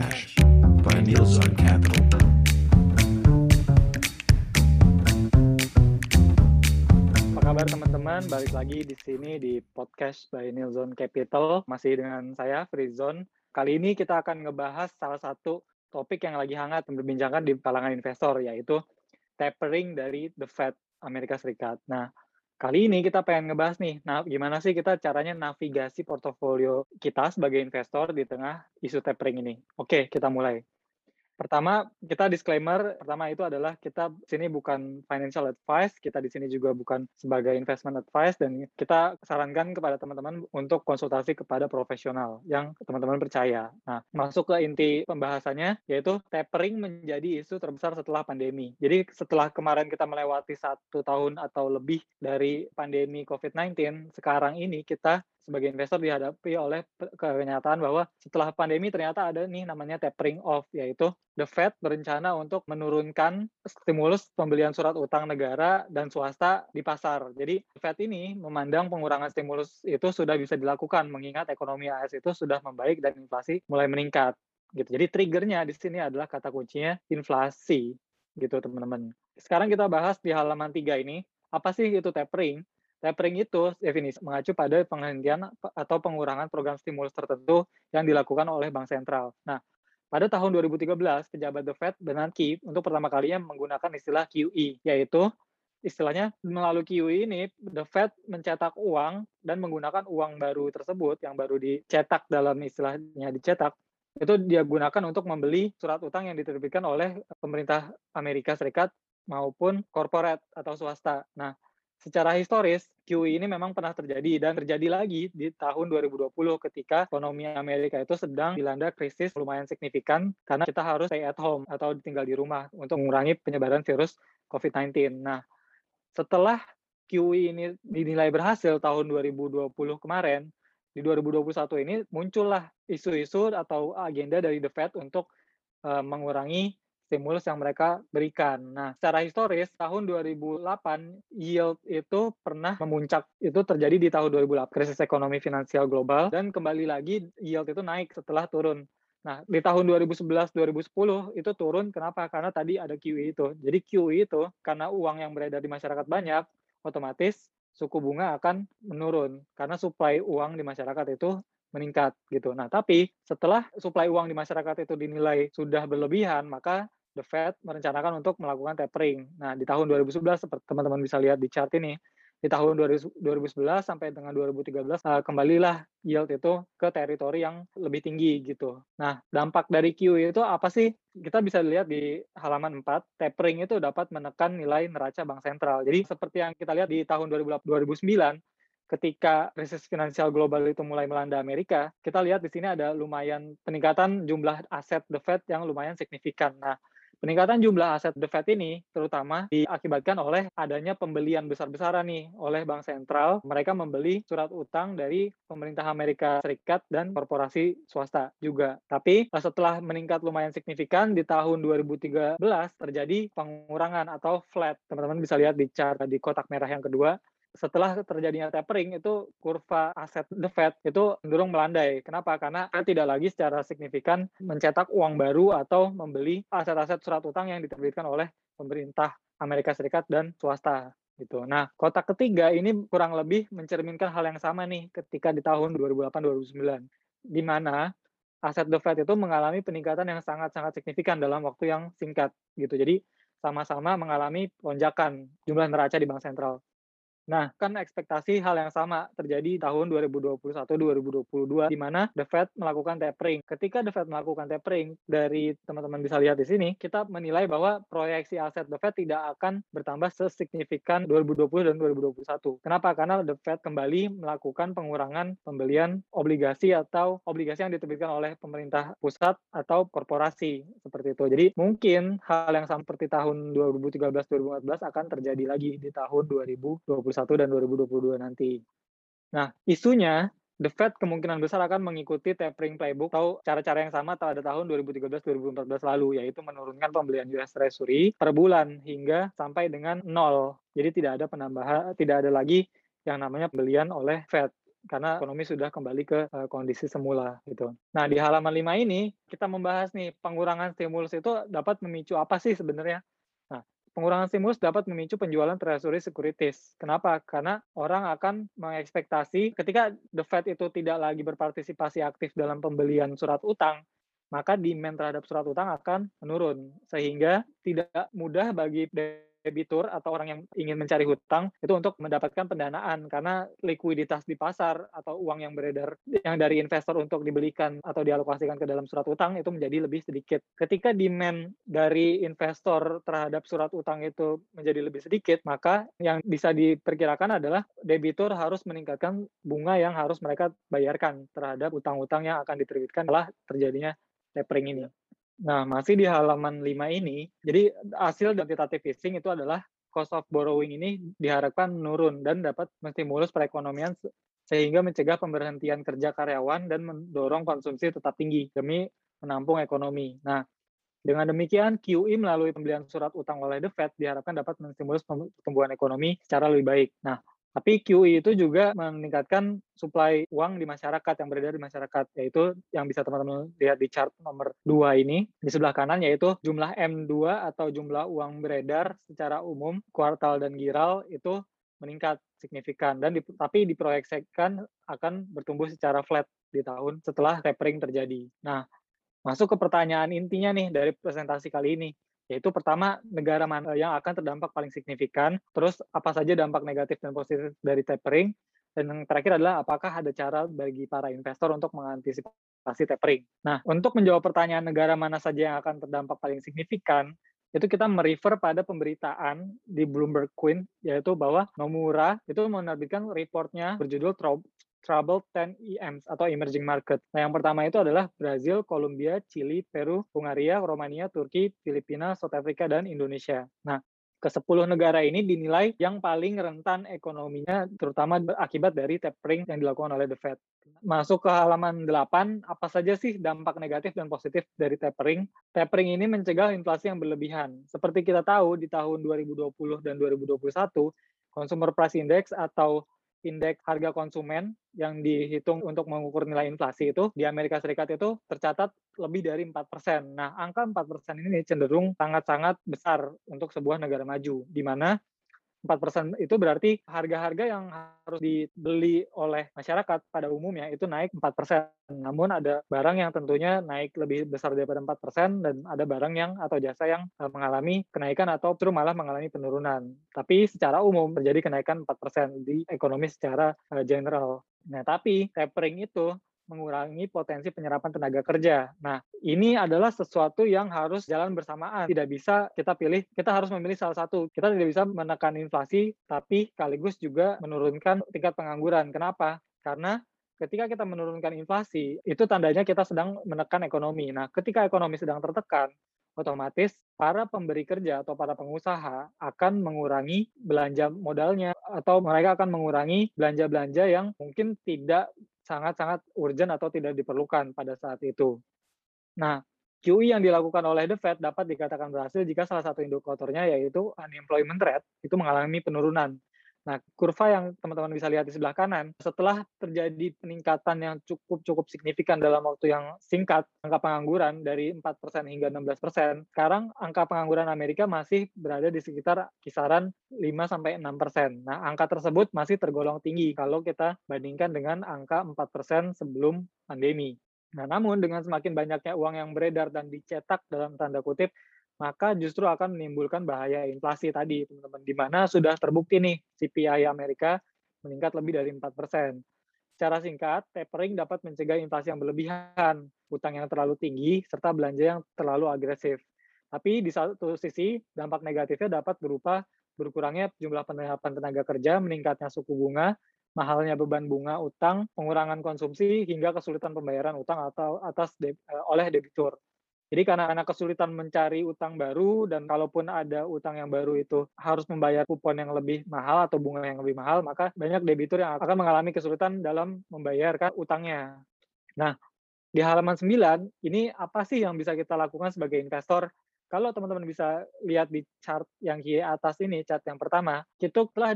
Cash by Nilzon Capital. Apa kabar teman-teman? Balik lagi di sini di podcast by Nilzon Capital. Masih dengan saya, Frizon. Kali ini kita akan ngebahas salah satu topik yang lagi hangat diperbincangkan di kalangan investor, yaitu tapering dari The Fed Amerika Serikat. Nah, kali ini kita pengen ngebahas nih, gimana sih kita caranya navigasi portofolio kita sebagai investor di tengah isu tapering ini. Oke, kita mulai. Pertama, kita disclaimer, pertama itu adalah kita sini bukan financial advice, kita di sini juga bukan sebagai investment advice, dan kita sarankan kepada teman-teman untuk konsultasi kepada profesional yang teman-teman percaya. Nah, masuk ke inti pembahasannya, yaitu tapering menjadi isu terbesar setelah pandemi. Jadi setelah kemarin kita melewati 1 tahun atau lebih dari pandemi COVID-19, sekarang ini kita sebagai investor dihadapi oleh kenyataan bahwa setelah pandemi ternyata ada nih namanya tapering off, yaitu The Fed berencana untuk menurunkan stimulus pembelian surat utang negara dan swasta di pasar. Jadi Fed ini memandang pengurangan stimulus itu sudah bisa dilakukan mengingat ekonomi AS itu sudah membaik dan inflasi mulai meningkat. Gitu. Jadi triggernya di sini adalah kata kuncinya inflasi, gitu teman-teman. Sekarang kita bahas di halaman 3 ini, apa sih itu tapering? Tapering itu definisi mengacu pada penghentian atau pengurangan program stimulus tertentu yang dilakukan oleh bank sentral. Nah, pada tahun 2013, pejabat The Fed Bernanke untuk pertama kalinya menggunakan istilah QE, yaitu istilahnya melalui QE ini The Fed mencetak uang dan menggunakan uang baru tersebut yang baru dicetak, dalam istilahnya dicetak, itu dia gunakan untuk membeli surat utang yang diterbitkan oleh pemerintah Amerika Serikat maupun korporat atau swasta. Nah, secara historis, QE ini memang pernah terjadi dan terjadi lagi di tahun 2020 ketika ekonomi Amerika itu sedang dilanda krisis lumayan signifikan karena kita harus stay at home atau tinggal di rumah untuk mengurangi penyebaran virus COVID-19. Nah, setelah QE ini dinilai berhasil tahun 2020 kemarin, di 2021 ini muncullah isu-isu atau agenda dari The Fed untuk mengurangi stimulus yang mereka berikan. Nah, secara historis, tahun 2008, yield itu pernah memuncak. Itu terjadi di tahun 2008, krisis ekonomi finansial global, dan kembali lagi yield itu naik setelah turun. Nah, di tahun 2011-2010 itu turun, kenapa? Karena tadi ada QE itu. Jadi QE itu, karena uang yang beredar di masyarakat banyak, otomatis suku bunga akan menurun. Karena supply uang di masyarakat itu meningkat gitu. Nah, tapi setelah suplai uang di masyarakat itu dinilai sudah berlebihan, maka The Fed merencanakan untuk melakukan tapering. Nah, di tahun 2011 seperti teman-teman bisa lihat di chart ini, di tahun 2011 sampai dengan 2013 kembalilah yield itu ke teritori yang lebih tinggi gitu. Nah, dampak dari QE itu apa sih? Kita bisa lihat di halaman 4, tapering itu dapat menekan nilai neraca bank sentral. Jadi seperti yang kita lihat di tahun 2009, ketika krisis finansial global itu mulai melanda Amerika, kita lihat di sini ada lumayan peningkatan jumlah aset The Fed yang lumayan signifikan. Nah, peningkatan jumlah aset The Fed ini terutama diakibatkan oleh adanya pembelian besar-besaran nih oleh bank sentral. Mereka membeli surat utang dari pemerintah Amerika Serikat dan korporasi swasta juga. Tapi setelah meningkat lumayan signifikan di tahun 2013 terjadi pengurangan atau flat. Teman-teman bisa lihat di chart di kotak merah yang kedua. Setelah terjadinya tapering, itu kurva aset The Fed itu cenderung melandai. Kenapa? Karena Fed tidak lagi secara signifikan mencetak uang baru atau membeli aset-aset surat utang yang diterbitkan oleh pemerintah Amerika Serikat dan swasta. Gitu. Nah, kotak ketiga ini kurang lebih mencerminkan hal yang sama nih ketika di tahun 2008-2009, di mana aset The Fed itu mengalami peningkatan yang sangat-sangat signifikan dalam waktu yang singkat. Gitu. Jadi, sama-sama mengalami lonjakan jumlah neraca di bank sentral. Nah, kan ekspektasi hal yang sama terjadi tahun 2021-2022, di mana The Fed melakukan tapering. Ketika The Fed melakukan tapering, dari teman-teman bisa lihat di sini, kita menilai bahwa proyeksi aset The Fed tidak akan bertambah sesignifikan 2020 dan 2021. Kenapa? Karena The Fed kembali melakukan pengurangan pembelian obligasi atau obligasi yang diterbitkan oleh pemerintah pusat atau korporasi, seperti itu. Jadi, mungkin hal yang sama seperti tahun 2013-2014 akan terjadi lagi di tahun 2021 dan 2022 nanti. Nah, isunya The Fed kemungkinan besar akan mengikuti tapering playbook atau cara-cara yang sama pada tahun 2013-2014 lalu, yaitu menurunkan pembelian US Treasury per bulan hingga sampai dengan 0. Jadi tidak ada penambahan, tidak ada lagi yang namanya pembelian oleh Fed karena ekonomi sudah kembali ke kondisi semula gitu. Nah, di halaman 5 ini kita membahas nih pengurangan stimulus itu dapat memicu apa sih sebenarnya? Nah, pengurangan stimulus dapat memicu penjualan treasury securities. Kenapa? Karena orang akan mengekspektasi ketika the Fed itu tidak lagi berpartisipasi aktif dalam pembelian surat utang, maka demand terhadap surat utang akan menurun. Sehingga tidak mudah bagi debitur atau orang yang ingin mencari hutang itu untuk mendapatkan pendanaan karena likuiditas di pasar atau uang yang beredar yang dari investor untuk dibelikan atau dialokasikan ke dalam surat utang itu menjadi lebih sedikit. Ketika demand dari investor terhadap surat utang itu menjadi lebih sedikit, maka yang bisa diperkirakan adalah debitur harus meningkatkan bunga yang harus mereka bayarkan terhadap utang-utang yang akan diterbitkan setelah terjadinya tapering ini. Nah, masih di halaman 5 ini, jadi hasil quantitative easing itu adalah cost of borrowing ini diharapkan menurun dan dapat menstimulus perekonomian sehingga mencegah pemberhentian kerja karyawan dan mendorong konsumsi tetap tinggi demi menampung ekonomi. Nah, dengan demikian, QE melalui pembelian surat utang oleh The Fed diharapkan dapat menstimulus pertumbuhan ekonomi secara lebih baik. Nah, tapi QE itu juga meningkatkan suplai uang di masyarakat yang beredar di masyarakat, yaitu yang bisa teman-teman lihat di chart nomor 2 ini, di sebelah kanan, yaitu jumlah M2 atau jumlah uang beredar secara umum, kuartal dan giral itu meningkat signifikan, dan tapi diproyeksikan akan bertumbuh secara flat di tahun setelah tapering terjadi. Nah, masuk ke pertanyaan intinya nih dari presentasi kali ini, yaitu pertama, negara mana yang akan terdampak paling signifikan, terus apa saja dampak negatif dan positif dari tapering, dan yang terakhir adalah apakah ada cara bagi para investor untuk mengantisipasi tapering. Nah, untuk menjawab pertanyaan negara mana saja yang akan terdampak paling signifikan, itu kita merefer pada pemberitaan di Bloomberg Quint, yaitu bahwa Nomura itu menerbitkan reportnya berjudul Troubled 10 EMs atau Emerging Market. Nah, yang pertama itu adalah Brazil, Kolombia, Chili, Peru, Hungaria, Romania, Turki, Filipina, South Africa, dan Indonesia. Nah, ke-10 negara ini dinilai yang paling rentan ekonominya, terutama akibat dari tapering yang dilakukan oleh The Fed. Masuk ke halaman 8, apa saja sih dampak negatif dan positif dari tapering? Tapering ini mencegah inflasi yang berlebihan. Seperti kita tahu, di tahun 2020 dan 2021, Consumer Price Index atau indeks harga konsumen yang dihitung untuk mengukur nilai inflasi itu di Amerika Serikat itu tercatat lebih dari 4%. Nah, angka 4% ini cenderung sangat-sangat besar untuk sebuah negara maju, di mana 4% itu berarti harga-harga yang harus dibeli oleh masyarakat pada umumnya itu naik 4%. Namun ada barang yang tentunya naik lebih besar daripada 4% dan ada barang yang atau jasa yang mengalami kenaikan atau justru malah mengalami penurunan. Tapi secara umum terjadi kenaikan 4% di ekonomi secara general. Nah, tapi tapering itu mengurangi potensi penyerapan tenaga kerja. Nah, ini adalah sesuatu yang harus jalan bersamaan. Tidak bisa kita pilih, kita harus memilih salah satu. Kita tidak bisa menekan inflasi, tapi sekaligus juga menurunkan tingkat pengangguran. Kenapa? Karena ketika kita menurunkan inflasi, itu tandanya kita sedang menekan ekonomi. Nah, ketika ekonomi sedang tertekan, otomatis para pemberi kerja atau para pengusaha akan mengurangi belanja modalnya atau mereka akan mengurangi belanja-belanja yang mungkin tidak sangat-sangat urgent atau tidak diperlukan pada saat itu. Nah, QE yang dilakukan oleh The Fed dapat dikatakan berhasil jika salah satu indikatornya yaitu unemployment rate itu mengalami penurunan. Nah, kurva yang teman-teman bisa lihat di sebelah kanan, setelah terjadi peningkatan yang cukup signifikan dalam waktu yang singkat, angka pengangguran dari 4% hingga 16%, sekarang angka pengangguran Amerika masih berada di sekitar kisaran 5-6%. Nah, angka tersebut masih tergolong tinggi kalau kita bandingkan dengan angka 4% sebelum pandemi. Nah, namun dengan semakin banyaknya uang yang beredar dan dicetak dalam tanda kutip, maka justru akan menimbulkan bahaya inflasi tadi, teman-teman. Di mana sudah terbukti nih CPI Amerika meningkat lebih dari 4%. Secara singkat, tapering dapat mencegah inflasi yang berlebihan, utang yang terlalu tinggi, serta belanja yang terlalu agresif. Tapi di satu sisi, dampak negatifnya dapat berupa berkurangnya jumlah penyerapan tenaga kerja, meningkatnya suku bunga, mahalnya beban bunga utang, pengurangan konsumsi, hingga kesulitan pembayaran utang atau oleh debitur. Jadi karena kesulitan mencari utang baru dan kalaupun ada utang yang baru itu harus membayar kupon yang lebih mahal atau bunga yang lebih mahal, maka banyak debitur yang akan mengalami kesulitan dalam membayarkan utangnya. Nah, di halaman 9, ini apa sih yang bisa kita lakukan sebagai investor? Kalau teman-teman bisa lihat di chart yang kiri atas ini, chart yang pertama, itu telah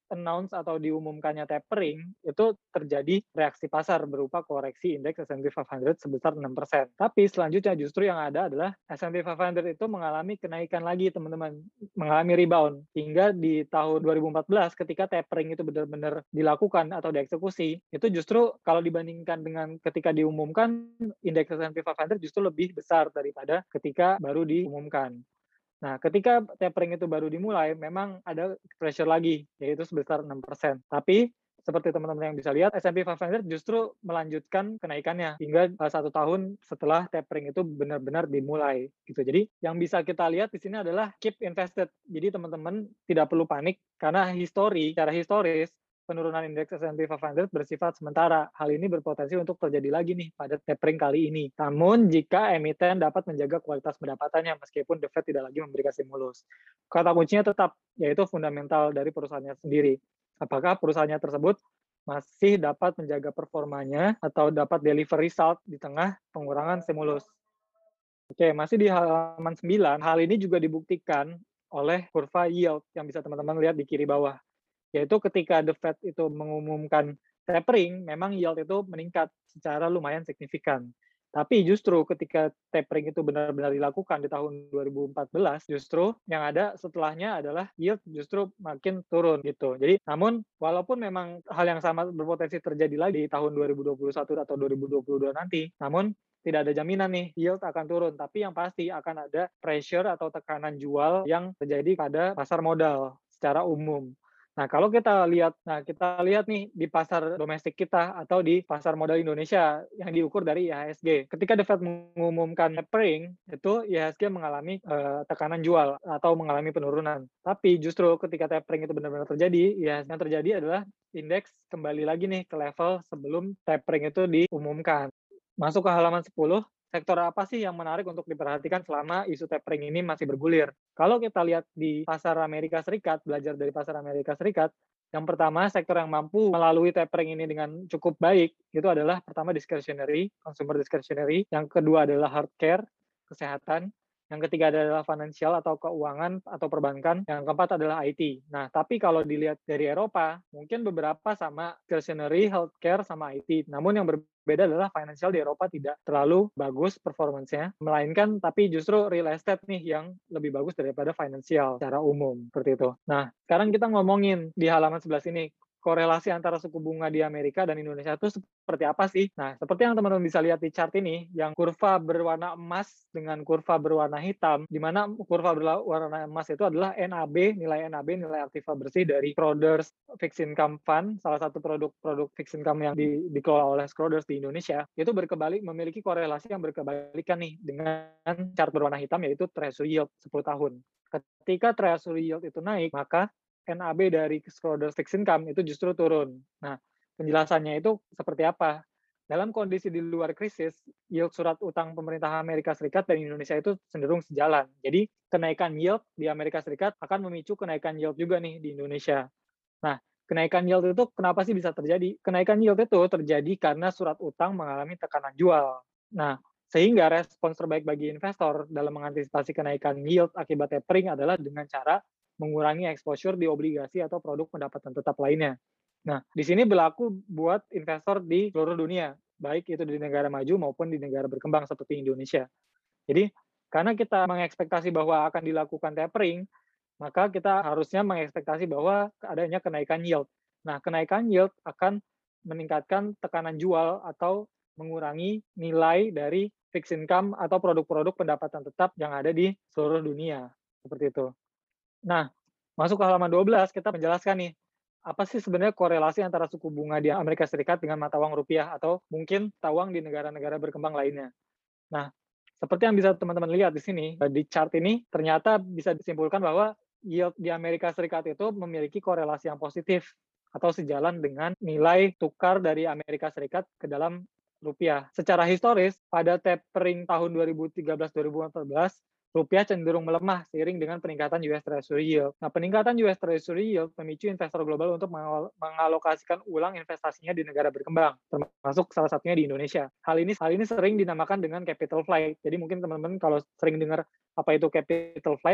announce atau diumumkannya tapering, itu terjadi reaksi pasar berupa koreksi indeks S&P 500 sebesar 6%. Tapi selanjutnya justru yang ada adalah S&P 500 itu mengalami kenaikan lagi, teman-teman, mengalami rebound hingga di tahun 2014 ketika tapering itu benar-benar dilakukan atau dieksekusi, itu justru kalau dibandingkan dengan ketika diumumkan, indeks S&P 500 justru lebih besar daripada ketika baru diumumkan. Nah, ketika tapering itu baru dimulai, memang ada pressure lagi, yaitu sebesar 6%. Tapi, seperti teman-teman yang bisa lihat, S&P 500 justru melanjutkan kenaikannya hingga 1 tahun setelah tapering itu benar-benar dimulai. Gitu. Jadi, yang bisa kita lihat di sini adalah keep invested. Jadi, teman-teman tidak perlu panik, karena secara historis, penurunan indeks S&P 500 bersifat sementara. Hal ini berpotensi untuk terjadi lagi nih pada tapering kali ini. Namun jika emiten dapat menjaga kualitas pendapatannya meskipun The Fed tidak lagi memberikan stimulus. Kata kuncinya tetap, yaitu fundamental dari perusahaannya sendiri. Apakah perusahaannya tersebut masih dapat menjaga performanya atau dapat deliver result di tengah pengurangan stimulus. Oke, masih di halaman 9, hal ini juga dibuktikan oleh kurva yield yang bisa teman-teman lihat di kiri bawah. Yaitu ketika The Fed itu mengumumkan tapering, memang yield itu meningkat secara lumayan signifikan. Tapi justru ketika tapering itu benar-benar dilakukan di tahun 2014, justru yang ada setelahnya adalah yield justru makin turun gitu. Jadi, namun walaupun memang hal yang sama berpotensi terjadi lagi di tahun 2021 atau 2022 nanti, namun tidak ada jaminan nih yield akan turun, tapi yang pasti akan ada pressure atau tekanan jual yang terjadi pada pasar modal secara umum. Nah, kalau kita lihat nih di pasar domestik kita atau di pasar modal Indonesia yang diukur dari IHSG. Ketika The Fed mengumumkan tapering, itu IHSG mengalami tekanan jual atau mengalami penurunan. Tapi justru ketika tapering itu benar-benar terjadi, yang terjadi adalah indeks kembali lagi nih ke level sebelum tapering itu diumumkan. Masuk ke halaman 10, sektor apa sih yang menarik untuk diperhatikan selama isu tapering ini masih bergulir? Kalau kita lihat di pasar Amerika Serikat, belajar dari pasar Amerika Serikat, yang pertama sektor yang mampu melalui tapering ini dengan cukup baik, itu adalah pertama discretionary, consumer discretionary, yang kedua adalah healthcare, kesehatan, yang ketiga adalah financial atau keuangan atau perbankan, yang keempat adalah IT. Nah, tapi kalau dilihat dari Eropa, mungkin beberapa sama discretionary, healthcare, sama IT. Namun yang berbeda adalah financial di Eropa tidak terlalu bagus performance-nya, melainkan tapi justru real estate nih yang lebih bagus daripada financial secara umum, seperti itu. Nah, sekarang kita ngomongin di halaman 11 ini, korelasi antara suku bunga di Amerika dan Indonesia itu seperti apa sih? Nah, seperti yang teman-teman bisa lihat di chart ini, yang kurva berwarna emas dengan kurva berwarna hitam, di mana kurva berwarna emas itu adalah NAB, nilai aktiva bersih dari Schroders Fixed Income Fund, salah satu produk fixed income yang dikelola oleh Schroders di Indonesia, itu memiliki korelasi yang berkebalikan nih dengan chart berwarna hitam, yaitu Treasury Yield 10 tahun. Ketika Treasury Yield itu naik, maka NAB dari Schroders Fixed Income itu justru turun. Nah, penjelasannya itu seperti apa? Dalam kondisi di luar krisis, yield surat utang pemerintah Amerika Serikat dan Indonesia itu cenderung sejalan. Jadi, kenaikan yield di Amerika Serikat akan memicu kenaikan yield juga nih di Indonesia. Nah, kenaikan yield itu kenapa sih bisa terjadi? Kenaikan yield itu terjadi karena surat utang mengalami tekanan jual. Nah, sehingga respons terbaik bagi investor dalam mengantisipasi kenaikan yield akibat tapering adalah dengan cara mengurangi exposure di obligasi atau produk pendapatan tetap lainnya. Nah, di sini berlaku buat investor di seluruh dunia, baik itu di negara maju maupun di negara berkembang seperti Indonesia. Jadi, karena kita mengekspektasi bahwa akan dilakukan tapering, maka kita harusnya mengekspektasi bahwa adanya kenaikan yield. Nah, kenaikan yield akan meningkatkan tekanan jual atau mengurangi nilai dari fixed income atau produk-produk pendapatan tetap yang ada di seluruh dunia. Seperti itu. Nah, masuk ke halaman 12, kita menjelaskan nih, apa sih sebenarnya korelasi antara suku bunga di Amerika Serikat dengan mata uang rupiah atau mungkin mata uang di negara-negara berkembang lainnya. Nah, seperti yang bisa teman-teman lihat di sini, di chart ini ternyata bisa disimpulkan bahwa yield di Amerika Serikat itu memiliki korelasi yang positif atau sejalan dengan nilai tukar dari Amerika Serikat ke dalam rupiah. Secara historis, pada tapering tahun 2013-2014, rupiah cenderung melemah seiring dengan peningkatan US Treasury Yield. Nah, peningkatan US Treasury Yield memicu investor global untuk mengalokasikan ulang investasinya di negara berkembang, termasuk salah satunya di Indonesia. Hal ini sering dinamakan dengan capital flight. Jadi mungkin teman-teman kalau sering dengar apa itu capital flight,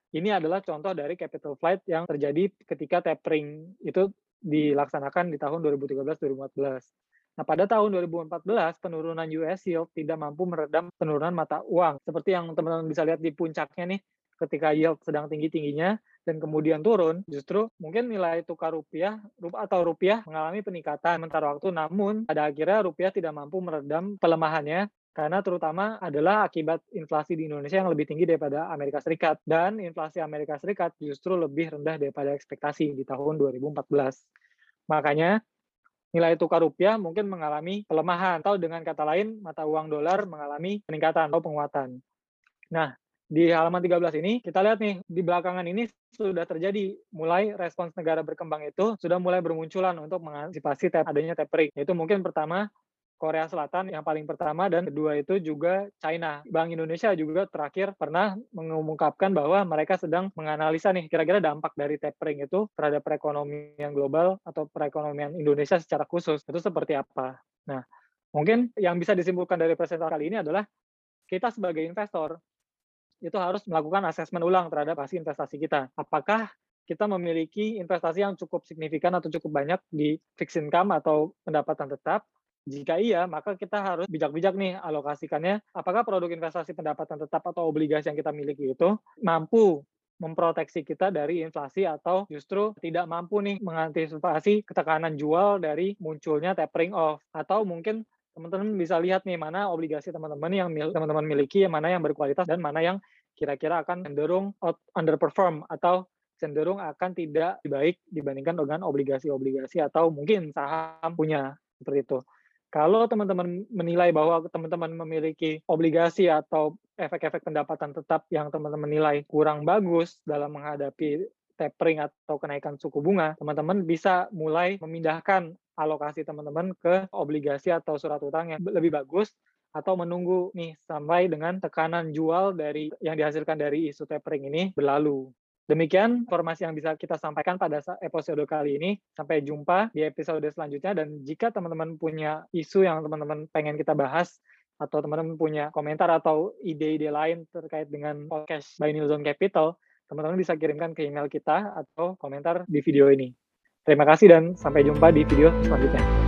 Ini adalah contoh dari capital flight yang terjadi ketika tapering itu dilaksanakan di tahun 2013-2014. Nah, pada tahun 2014 penurunan US yield tidak mampu meredam penurunan mata uang. Seperti yang teman-teman bisa lihat di puncaknya nih, ketika yield sedang tinggi-tingginya dan kemudian turun, justru mungkin nilai tukar rupiah atau rupiah mengalami peningkatan sementara waktu, namun pada akhirnya rupiah tidak mampu meredam pelemahannya karena terutama adalah akibat inflasi di Indonesia yang lebih tinggi daripada Amerika Serikat. Dan inflasi Amerika Serikat justru lebih rendah daripada ekspektasi di tahun 2014. Makanya nilai tukar rupiah mungkin mengalami pelemahan atau dengan kata lain mata uang dolar mengalami peningkatan atau penguatan. Nah, di halaman 13 ini kita lihat nih di belakangan ini sudah terjadi mulai respons negara berkembang itu sudah mulai bermunculan untuk mengantisipasi adanya tapering. Yaitu mungkin pertama Korea Selatan yang paling pertama dan kedua itu juga China. Bank Indonesia juga terakhir pernah mengungkapkan bahwa mereka sedang menganalisa nih kira-kira dampak dari tapering itu terhadap perekonomian global atau perekonomian Indonesia secara khusus itu seperti apa. Nah, mungkin yang bisa disimpulkan dari presentasi kali ini adalah kita sebagai investor itu harus melakukan asesmen ulang terhadap hasil investasi kita. Apakah kita memiliki investasi yang cukup signifikan atau cukup banyak di fixed income atau pendapatan tetap? Jika iya, maka kita harus bijak-bijak nih alokasikannya. Apakah produk investasi pendapatan tetap atau obligasi yang kita miliki itu mampu memproteksi kita dari inflasi atau justru tidak mampu nih mengantisipasi ketekanan jual dari munculnya tapering off. Atau mungkin teman-teman bisa lihat nih mana obligasi teman-teman yang teman-teman miliki, mana yang berkualitas dan mana yang kira-kira akan cenderung underperform atau cenderung akan tidak baik dibandingkan dengan obligasi-obligasi atau mungkin saham punya seperti itu. Kalau teman-teman menilai bahwa teman-teman memiliki obligasi atau efek-efek pendapatan tetap yang teman-teman nilai kurang bagus dalam menghadapi tapering atau kenaikan suku bunga, teman-teman bisa mulai memindahkan alokasi teman-teman ke obligasi atau surat utang yang lebih bagus atau menunggu nih sampai dengan tekanan jual dari yang dihasilkan dari isu tapering ini berlalu. Demikian informasi yang bisa kita sampaikan pada episode kali ini. Sampai jumpa di episode selanjutnya. Dan jika teman-teman punya isu yang teman-teman pengen kita bahas, atau teman-teman punya komentar atau ide-ide lain terkait dengan podcast by Nilzone Capital, teman-teman bisa kirimkan ke email kita atau komentar di video ini. Terima kasih dan sampai jumpa di video selanjutnya.